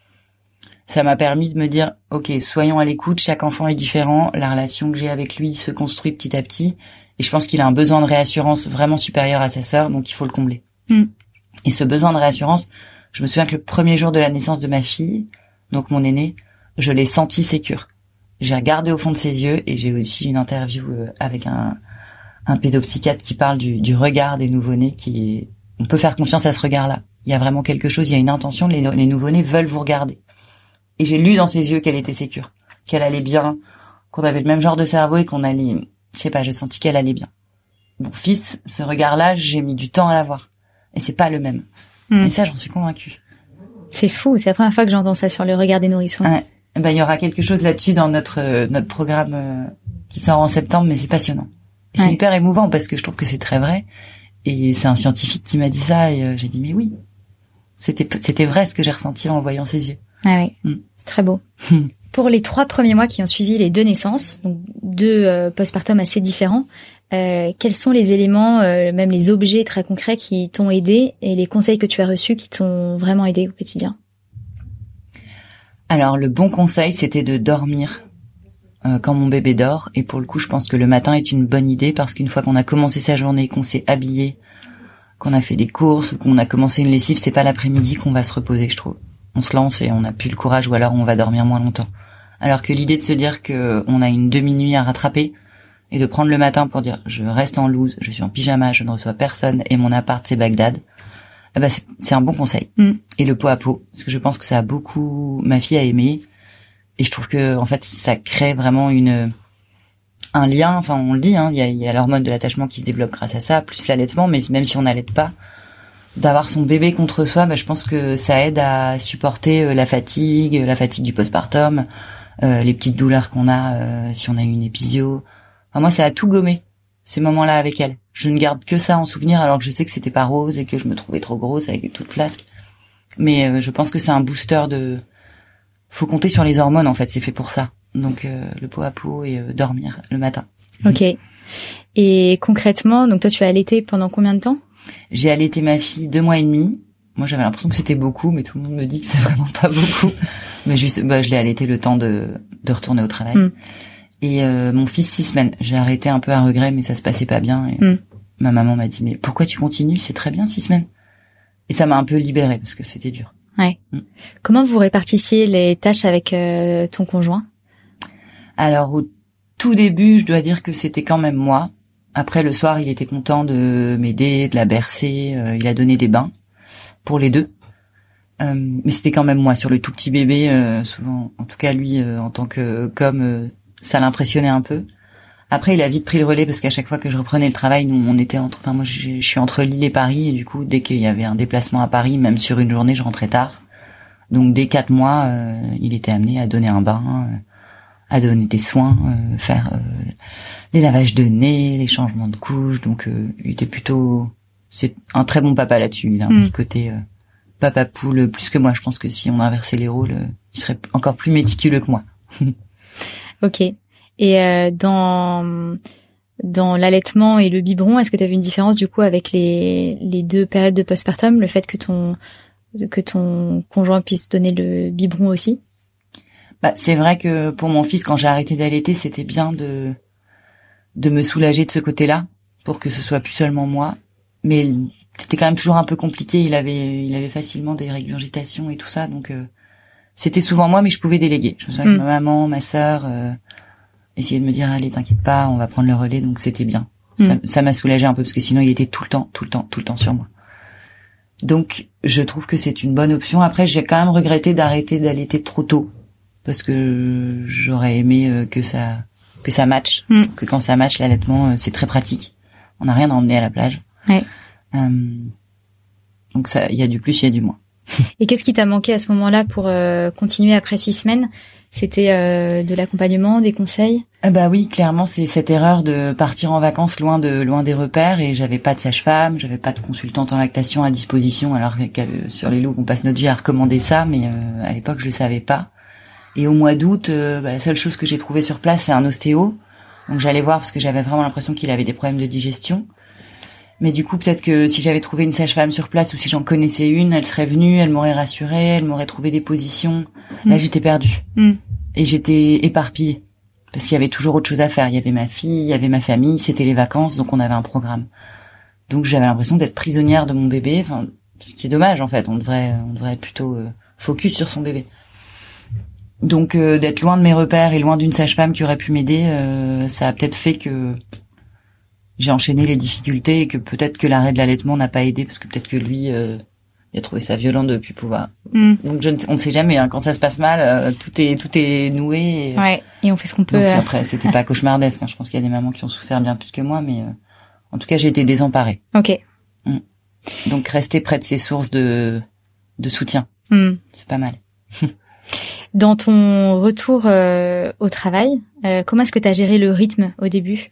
ça m'a permis de me dire ok, soyons à l'écoute, chaque enfant est différent, la relation que j'ai avec lui se construit petit à petit. Et je pense qu'il a un besoin de réassurance vraiment supérieur à sa sœur, donc il faut le combler. Et ce besoin de réassurance, je me souviens que le premier jour de la naissance de ma fille, donc mon aînée, je l'ai senti sécure. J'ai regardé au fond de ses yeux et j'ai aussi une interview avec un pédopsychiatre qui parle du regard des nouveau-nés on peut faire confiance à ce regard-là. Il y a vraiment quelque chose, il y a une intention, les nouveau-nés veulent vous regarder. Et j'ai lu dans ses yeux qu'elle était sécure, qu'elle allait bien, qu'on avait le même genre de cerveau et qu'on allait... Je sais pas, j'ai senti qu'elle allait bien. Mon fils, ce regard-là, j'ai mis du temps à l'avoir. Et c'est pas le même. Et ça, j'en suis convaincue. C'est fou, c'est la première fois que j'entends ça sur le regard des nourrissons. Ouais. Il y aura quelque chose là-dessus dans notre programme qui sort en septembre, mais c'est passionnant. Et c'est hyper émouvant parce que je trouve que c'est très vrai. Et c'est un scientifique qui m'a dit ça et j'ai dit mais oui. C'était vrai ce que j'ai ressenti en voyant ses yeux. Ah oui, c'est très beau. Pour les 3 premiers mois qui ont suivi les 2 naissances, donc 2 postpartum assez différents, quels sont les éléments, même les objets très concrets qui t'ont aidé et les conseils que tu as reçus qui t'ont vraiment aidé au quotidien ? Alors le bon conseil, c'était de dormir quand mon bébé dort. Et pour le coup, je pense que le matin est une bonne idée parce qu'une fois qu'on a commencé sa journée, qu'on s'est habillé, qu'on a fait des courses ou qu'on a commencé une lessive, c'est pas l'après-midi qu'on va se reposer, je trouve. On se lance et on n'a plus le courage ou alors on va dormir moins longtemps. Alors que l'idée de se dire que on a une demi-nuit à rattraper et de prendre le matin pour dire je reste en loose, je suis en pyjama, je ne reçois personne et mon appart c'est Bagdad. c'est un bon conseil. Et le pot à pot, parce que je pense que ça a beaucoup, ma fille a aimé, et je trouve que en fait ça crée vraiment un lien. Enfin, on le dit, hein, il y a l'hormone de l'attachement qui se développe grâce à ça, plus l'allaitement. Mais même si on n'allaite pas, d'avoir son bébé contre soi, je pense que ça aide à supporter la fatigue du postpartum, les petites douleurs qu'on a si on a eu une épisio. Enfin, moi, ça a tout gommé, ces moments-là avec elle. Je ne garde que ça en souvenir, alors que je sais que c'était pas rose et que je me trouvais trop grosse avec toute flasque. Mais je pense que c'est un booster faut compter sur les hormones, en fait, c'est fait pour ça. Donc le pot à pot et dormir le matin. Ok. Et concrètement, donc toi tu as allaité pendant combien de temps? J'ai allaité ma fille 2 mois et demi. Moi j'avais l'impression que c'était beaucoup, mais tout le monde me dit que c'est vraiment pas beaucoup. Mais juste, je l'ai allaité le temps de retourner au travail. Et mon fils 6 semaines. J'ai arrêté un peu à regret, mais ça se passait pas bien. Et ma maman m'a dit mais pourquoi tu continues? C'est très bien 6 semaines. Et ça m'a un peu libérée parce que c'était dur. Ouais. Comment vous répartissiez les tâches avec ton conjoint? Alors au tout début, je dois dire que c'était quand même moi. Après le soir, il était content de m'aider, de la bercer. Il a donné des bains pour les deux. Mais c'était quand même moi sur le tout petit bébé. Souvent, en tout cas lui, en tant que ça l'impressionnait un peu. Après, il a vite pris le relais parce qu'à chaque fois que je reprenais le travail, nous on était moi je suis entre Lille et Paris et du coup dès qu'il y avait un déplacement à Paris, même sur une journée, je rentrais tard. Donc dès 4 mois, il était amené à donner un bain. À donner des soins, faire les lavages de nez, les changements de couches. Donc il était c'est un très bon papa là-dessus. Il a un petit côté papa poule plus que moi. Je pense que si on inversait les rôles, il serait encore plus méticuleux que moi. Ok. Et dans l'allaitement et le biberon, est-ce que tu as vu une différence du coup avec les 2 périodes de postpartum, le fait que ton conjoint puisse donner le biberon aussi? C'est vrai que pour mon fils, quand j'ai arrêté d'allaiter, c'était bien de me soulager de ce côté-là, pour que ce soit plus seulement moi. Mais c'était quand même toujours un peu compliqué. Il avait facilement des régurgitations et tout ça, donc c'était souvent moi, mais je pouvais déléguer. Je me souviens que ma maman, ma sœur essayaient de me dire allez, t'inquiète pas, on va prendre le relais, donc c'était bien. Ça m'a soulagé un peu parce que sinon il était tout le temps sur moi. Donc je trouve que c'est une bonne option. Après, j'ai quand même regretté d'arrêter d'allaiter trop tôt. Parce que j'aurais aimé que ça matche. Je trouve que quand ça matche, l'allaitement, c'est très pratique. On n'a rien à emmener à la plage. Ouais. Donc ça, il y a du plus, il y a du moins. Et qu'est-ce qui t'a manqué à ce moment-là pour continuer après 6 semaines? C'était de l'accompagnement, des conseils? Oui, clairement, c'est cette erreur de partir en vacances loin des repères, et j'avais pas de sage-femme, j'avais pas de consultante en lactation à disposition, alors que sur les loups, on passe notre vie à recommander ça, mais à l'époque, je le savais pas. Et au mois d'août, la seule chose que j'ai trouvée sur place, c'est un ostéo. Donc j'allais voir parce que j'avais vraiment l'impression qu'il avait des problèmes de digestion. Mais du coup, peut-être que si j'avais trouvé une sage-femme sur place ou si j'en connaissais une, elle serait venue, elle m'aurait rassurée, elle m'aurait trouvé des positions. Là, j'étais perdue. Et j'étais éparpillée. Parce qu'il y avait toujours autre chose à faire. Il y avait ma fille, il y avait ma famille, c'était les vacances, donc on avait un programme. Donc j'avais l'impression d'être prisonnière de mon bébé. Enfin, ce qui est dommage, en fait. On devrait être plutôt focus sur son bébé. Donc d'être loin de mes repères et loin d'une sage-femme qui aurait pu m'aider, ça a peut-être fait que j'ai enchaîné les difficultés et que peut-être que l'arrêt de l'allaitement n'a pas aidé parce que peut-être que lui il a trouvé ça violent de plus pouvoir. Donc on ne sait jamais, hein, quand ça se passe mal, tout est noué. Et on fait ce qu'on peut. Donc après c'était pas cauchemardesque, hein. Je pense qu'il y a des mamans qui ont souffert bien plus que moi, mais en tout cas j'ai été désemparée. Ok. Donc rester près de ces sources de soutien, c'est pas mal. Dans ton retour au travail, comment est-ce que tu as géré le rythme au début?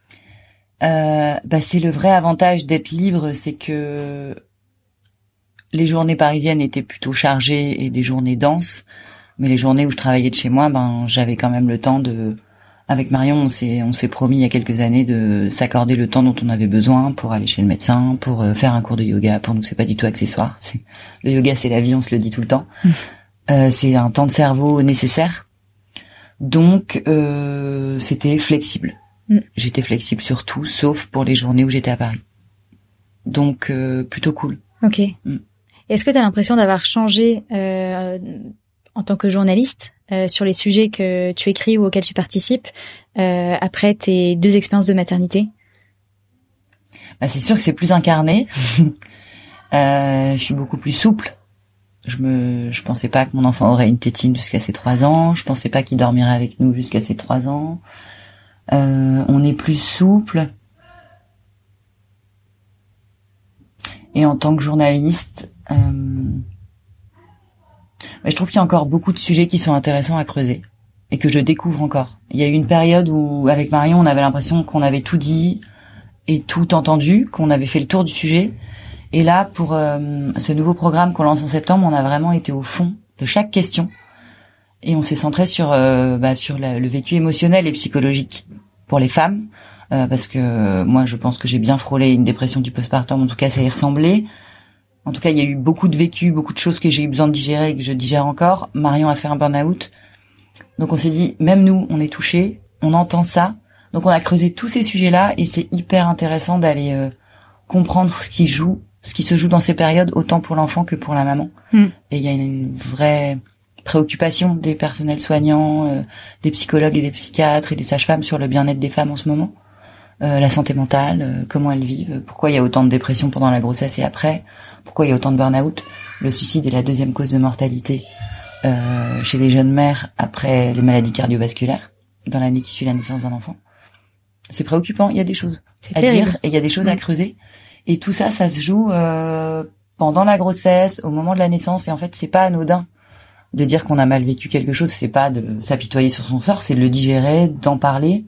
C'est le vrai avantage d'être libre, c'est que les journées parisiennes étaient plutôt chargées et des journées denses, mais les journées où je travaillais de chez moi, j'avais quand même le temps avec Marion, on s'est promis il y a quelques années de s'accorder le temps dont on avait besoin pour aller chez le médecin, pour faire un cours de yoga. Pour nous, c'est pas du tout accessoire. Le yoga, c'est la vie, on se le dit tout le temps. C'est un temps de cerveau nécessaire. Donc, c'était flexible. J'étais flexible sur tout, sauf pour les journées où j'étais à Paris. Donc, plutôt cool. Ok. Est-ce que tu as l'impression d'avoir changé en tant que journaliste sur les sujets que tu écris ou auxquels tu participes après tes 2 expériences de maternité? C'est sûr que c'est plus incarné. Je suis beaucoup plus souple. Je pensais pas que mon enfant aurait une tétine jusqu'à ses 3 ans. Je pensais pas qu'il dormirait avec nous jusqu'à ses 3 ans. On est plus souple. Et en tant que journaliste, je trouve qu'il y a encore beaucoup de sujets qui sont intéressants à creuser et que je découvre encore. Il y a eu une période où, avec Marion, on avait l'impression qu'on avait tout dit et tout entendu, qu'on avait fait le tour du sujet. Et là, pour ce nouveau programme qu'on lance en septembre, on a vraiment été au fond de chaque question et on s'est centré sur le vécu émotionnel et psychologique pour les femmes, parce que moi, je pense que j'ai bien frôlé une dépression du postpartum. En tout cas, ça y ressemblait. En tout cas, il y a eu beaucoup de vécu, beaucoup de choses que j'ai eu besoin de digérer et que je digère encore. Marion a fait un burn-out. Donc on s'est dit, même nous, on est touchés, on entend ça. Donc on a creusé tous ces sujets-là et c'est hyper intéressant d'aller comprendre ce qui se joue dans ces périodes, autant pour l'enfant que pour la maman. Et il y a une vraie préoccupation des personnels soignants, des psychologues et des psychiatres et des sages-femmes sur le bien-être des femmes en ce moment. La santé mentale, comment elles vivent, pourquoi il y a autant de dépression pendant la grossesse et après, pourquoi il y a autant de burn-out. Le suicide est la 2e cause de mortalité chez les jeunes mères après les maladies cardiovasculaires dans l'année qui suit la naissance d'un enfant. C'est préoccupant, il y a des choses à dire et il y a des choses à creuser. Et tout ça, ça se joue pendant la grossesse, au moment de la naissance. Et en fait, c'est pas anodin de dire qu'on a mal vécu quelque chose. C'est pas de s'apitoyer sur son sort, c'est de le digérer, d'en parler.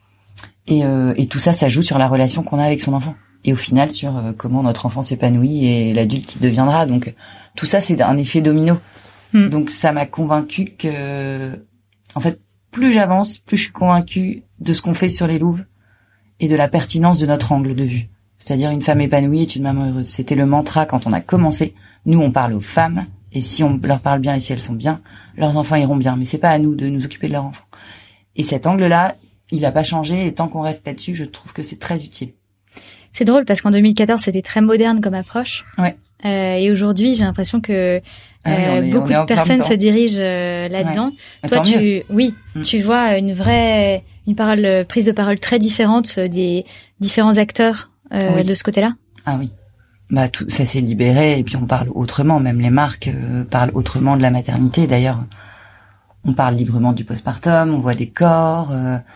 Et tout ça, ça joue sur la relation qu'on a avec son enfant. Et au final, sur comment notre enfant s'épanouit et l'adulte qu'il deviendra. Donc, tout ça, c'est un effet domino. Donc, ça m'a convaincue que, en fait, plus j'avance, plus je suis convaincue de ce qu'on fait sur les louves et de la pertinence de notre angle de vue. C'est-à-dire, une femme épanouie est une maman heureuse. C'était le mantra quand on a commencé. Nous, on parle aux femmes, et si on leur parle bien et si elles sont bien, leurs enfants iront bien. Mais c'est pas à nous de nous occuper de leurs enfants. Et cet angle-là, il a pas changé, et tant qu'on reste là-dessus, je trouve que c'est très utile. C'est drôle parce qu'en 2014, c'était très moderne comme approche. Ouais. Et aujourd'hui, j'ai l'impression que beaucoup de personnes se dirigent là-dedans. Ouais. Toi, tu vois une prise de parole très différente des différents acteurs de ce côté-là. Ah oui. Tout ça s'est libéré et puis on parle autrement. Même les marques parlent autrement de la maternité. D'ailleurs, on parle librement du postpartum. On voit des corps.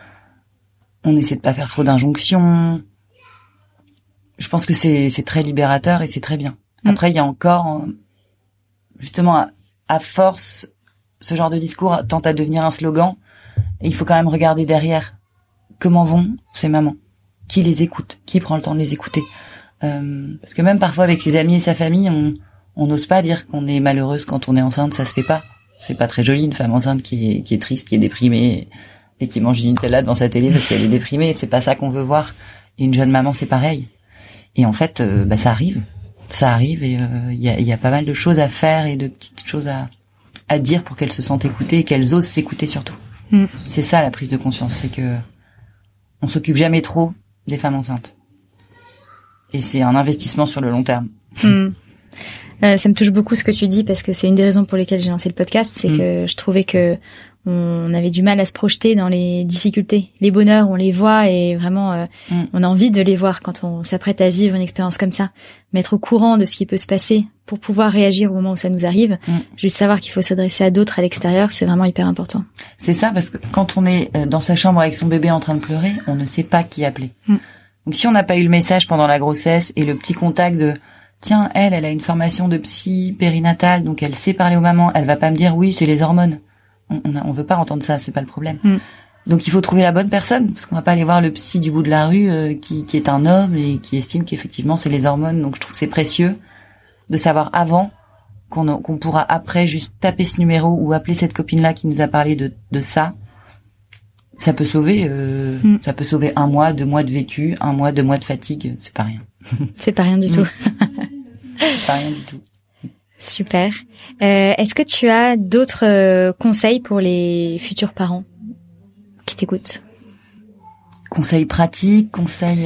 On essaie de pas faire trop d'injonctions. Je pense que c'est très libérateur et c'est très bien. Après, il y a encore, justement, à force, ce genre de discours tente à devenir un slogan. Et il faut quand même regarder derrière. Comment vont ces mamans? Qui les écoute? Qui prend le temps de les écouter? Parce que même parfois avec ses amis et sa famille, on n'ose pas dire qu'on est malheureuse quand on est enceinte. Ça se fait pas. C'est pas très joli, une femme enceinte qui est triste, qui est déprimée et qui mange du Nutella devant sa télé parce qu'elle est déprimée. C'est pas ça qu'on veut voir. Et une jeune maman, c'est pareil. Et en fait, ça arrive et il y a pas mal de choses à faire et de petites choses à dire pour qu'elles se sentent écoutées et qu'elles osent s'écouter surtout. C'est ça la prise de conscience, c'est que on s'occupe jamais trop des femmes enceintes. Et c'est un investissement sur le long terme. Ça me touche beaucoup ce que tu dis parce que c'est une des raisons pour lesquelles j'ai lancé le podcast, c'est que je trouvais que on avait du mal à se projeter dans les difficultés. Les bonheurs, on les voit et vraiment, on a envie de les voir quand on s'apprête à vivre une expérience comme ça. Mais être au courant de ce qui peut se passer pour pouvoir réagir au moment où ça nous arrive, juste savoir qu'il faut s'adresser à d'autres à l'extérieur, c'est vraiment hyper important. C'est ça, parce que quand on est dans sa chambre avec son bébé en train de pleurer, on ne sait pas qui appeler. Donc si on n'a pas eu le message pendant la grossesse et le petit contact de tiens, elle a une formation de psy périnatale, donc elle sait parler aux mamans, elle va pas me dire oui, c'est les hormones. On veut pas entendre ça, c'est pas le problème. Donc il faut trouver la bonne personne, parce qu'on va pas aller voir le psy du bout de la rue qui est un homme et qui estime qu'effectivement c'est les hormones. Donc je trouve que c'est précieux de savoir avant qu'on pourra après juste taper ce numéro ou appeler cette copine-là qui nous a parlé de ça. Ça peut sauver ça peut sauver 1 mois, 2 mois de vécu, 1 mois, 2 mois de fatigue, c'est pas rien. C'est pas rien du tout. C'est pas rien du tout. Super. Est-ce que tu as d'autres conseils pour les futurs parents qui t'écoutent? Conseils pratiques, conseils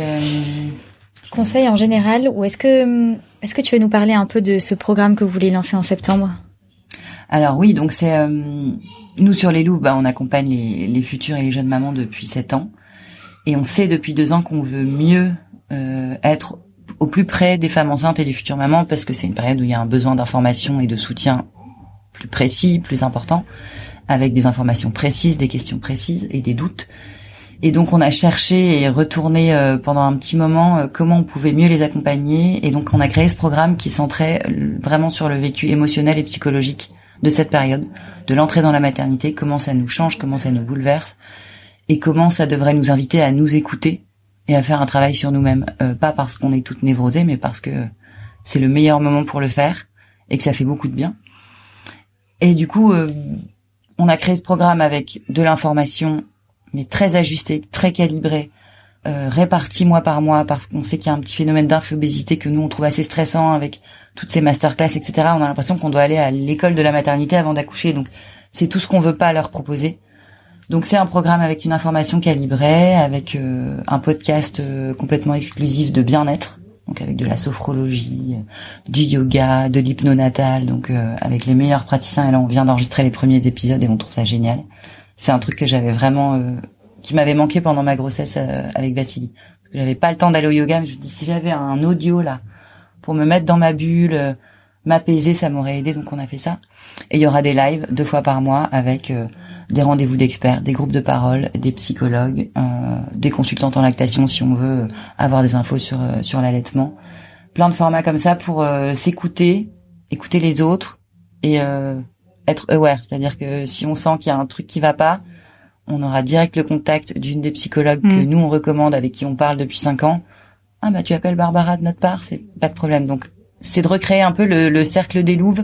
en général, ou est-ce que tu veux nous parler un peu de ce programme que vous voulez lancer en septembre? Alors oui, donc c'est nous sur les louves, on accompagne les futures et les jeunes mamans depuis 7 ans et on sait depuis 2 ans qu'on veut mieux être au plus près des femmes enceintes et des futures mamans, parce que c'est une période où il y a un besoin d'information et de soutien plus précis, plus important, avec des informations précises, des questions précises et des doutes. Et donc on a cherché et retourné pendant un petit moment comment on pouvait mieux les accompagner. Et donc on a créé ce programme qui centrait vraiment sur le vécu émotionnel et psychologique de cette période, de l'entrée dans la maternité, comment ça nous change, comment ça nous bouleverse, et comment ça devrait nous inviter à nous écouter et à faire un travail sur nous-mêmes. Pas parce qu'on est toutes névrosées, mais parce que c'est le meilleur moment pour le faire et que ça fait beaucoup de bien. Et du coup, on a créé ce programme avec de l'information, mais très ajusté, très calibré, réparti mois par mois, parce qu'on sait qu'il y a un petit phénomène d'infobésité que nous on trouve assez stressant avec toutes ces masterclass, etc. On a l'impression qu'on doit aller à l'école de la maternité avant d'accoucher, donc c'est tout ce qu'on veut pas leur proposer. Donc c'est un programme avec une information calibrée, avec un podcast complètement exclusif de bien-être, donc avec de la sophrologie, du yoga, de l'hypnonatal, donc avec les meilleurs praticiens. Et là on vient d'enregistrer les premiers épisodes et on trouve ça génial. C'est un truc que j'avais vraiment, qui m'avait manqué pendant ma grossesse avec Vassili. Parce que j'avais pas le temps d'aller au yoga, mais je me dis si j'avais un audio là pour me mettre dans ma bulle, m'apaiser, ça m'aurait aidé. Donc on a fait ça. Et il y aura des lives 2 fois par mois avec des rendez-vous d'experts, des groupes de parole, des psychologues, des consultantes en lactation si on veut avoir des infos sur l'allaitement. Plein de formats comme ça pour s'écouter, écouter les autres et être aware, c'est-à-dire que si on sent qu'il y a un truc qui va pas, on aura direct le contact d'une des psychologues que nous on recommande, avec qui on parle depuis 5 ans. Ah bah tu appelles Barbara de notre part, c'est pas de problème. Donc c'est de recréer un peu le cercle des louves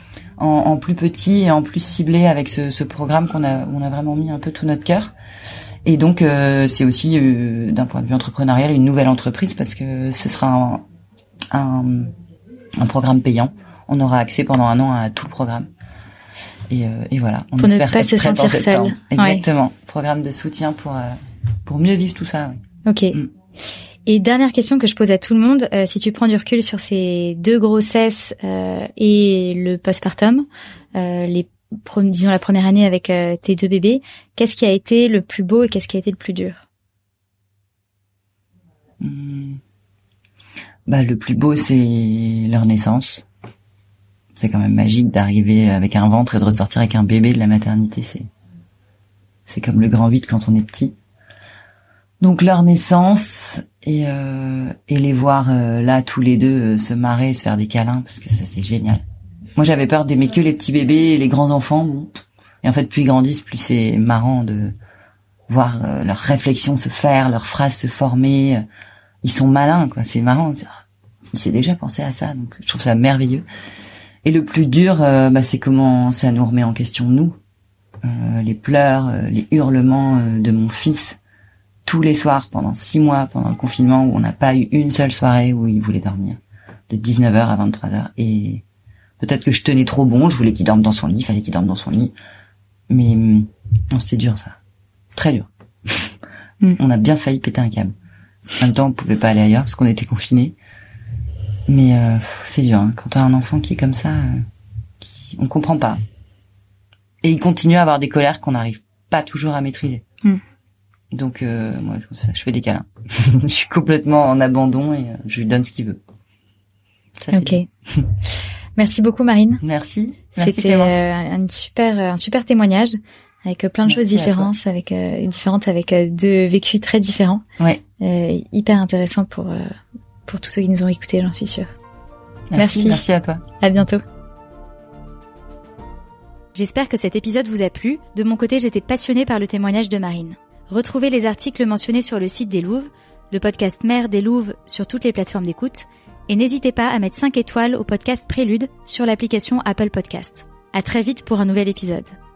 en plus petit et en plus ciblé avec ce programme on a vraiment mis un peu tout notre cœur. Et donc c'est aussi d'un point de vue entrepreneurial une nouvelle entreprise, parce que ce sera un programme payant. On aura accès pendant 1 an à tout le programme. Et voilà, on pour espère ne pas se sentir seul. Exactement. Ouais. Programme de soutien pour mieux vivre tout ça. Oui. Ok. Et dernière question que je pose à tout le monde, si tu prends du recul sur ces 2 grossesses et le postpartum, disons la première année avec tes 2 bébés, qu'est-ce qui a été le plus beau et qu'est-ce qui a été le plus dur? Le plus beau, c'est leur naissance. C'est quand même magique d'arriver avec un ventre et de ressortir avec un bébé de la maternité. C'est comme le grand 8 quand on est petit. Donc leur naissance et les voir là tous les deux se marrer, se faire des câlins, parce que ça c'est génial. Moi j'avais peur d'aimer que les petits bébés et les grands enfants. Bon. Et en fait plus ils grandissent, plus c'est marrant de voir leurs réflexions se faire, leurs phrases se former. Ils sont malins, quoi. C'est marrant. Il s'est déjà pensé à ça, donc je trouve ça merveilleux. Et le plus dur, c'est comment ça nous remet en question, nous. Les pleurs, les hurlements de mon fils, tous les soirs, pendant 6 mois, pendant le confinement, où on n'a pas eu une seule soirée où il voulait dormir. De 19h à 23h. Et peut-être que je tenais trop bon, je voulais qu'il dorme dans son lit, il fallait qu'il dorme dans son lit. Mais non, c'était dur, ça. Très dur. On a bien failli péter un câble. En même temps, on pouvait pas aller ailleurs, parce qu'on était confinés. Mais c'est dur, hein. Quand t'as un enfant qui est comme ça, on comprend pas. Et il continue à avoir des colères qu'on n'arrive pas toujours à maîtriser. Donc moi, je fais des câlins. Je suis complètement en abandon et je lui donne ce qu'il veut. Ça, ok. Merci beaucoup, Marine. Merci. C'était un super témoignage avec plein de choses différentes, avec 2 vécus très différents. Ouais. Hyper intéressant pour tous ceux qui nous ont écoutés, j'en suis sûre. Merci. Merci à toi. À bientôt. J'espère que cet épisode vous a plu. De mon côté, j'étais passionnée par le témoignage de Marine. Retrouvez les articles mentionnés sur le site des Louves, le podcast Mère des Louves sur toutes les plateformes d'écoute, et n'hésitez pas à mettre 5 étoiles au podcast Prélude sur l'application Apple Podcast. À très vite pour un nouvel épisode.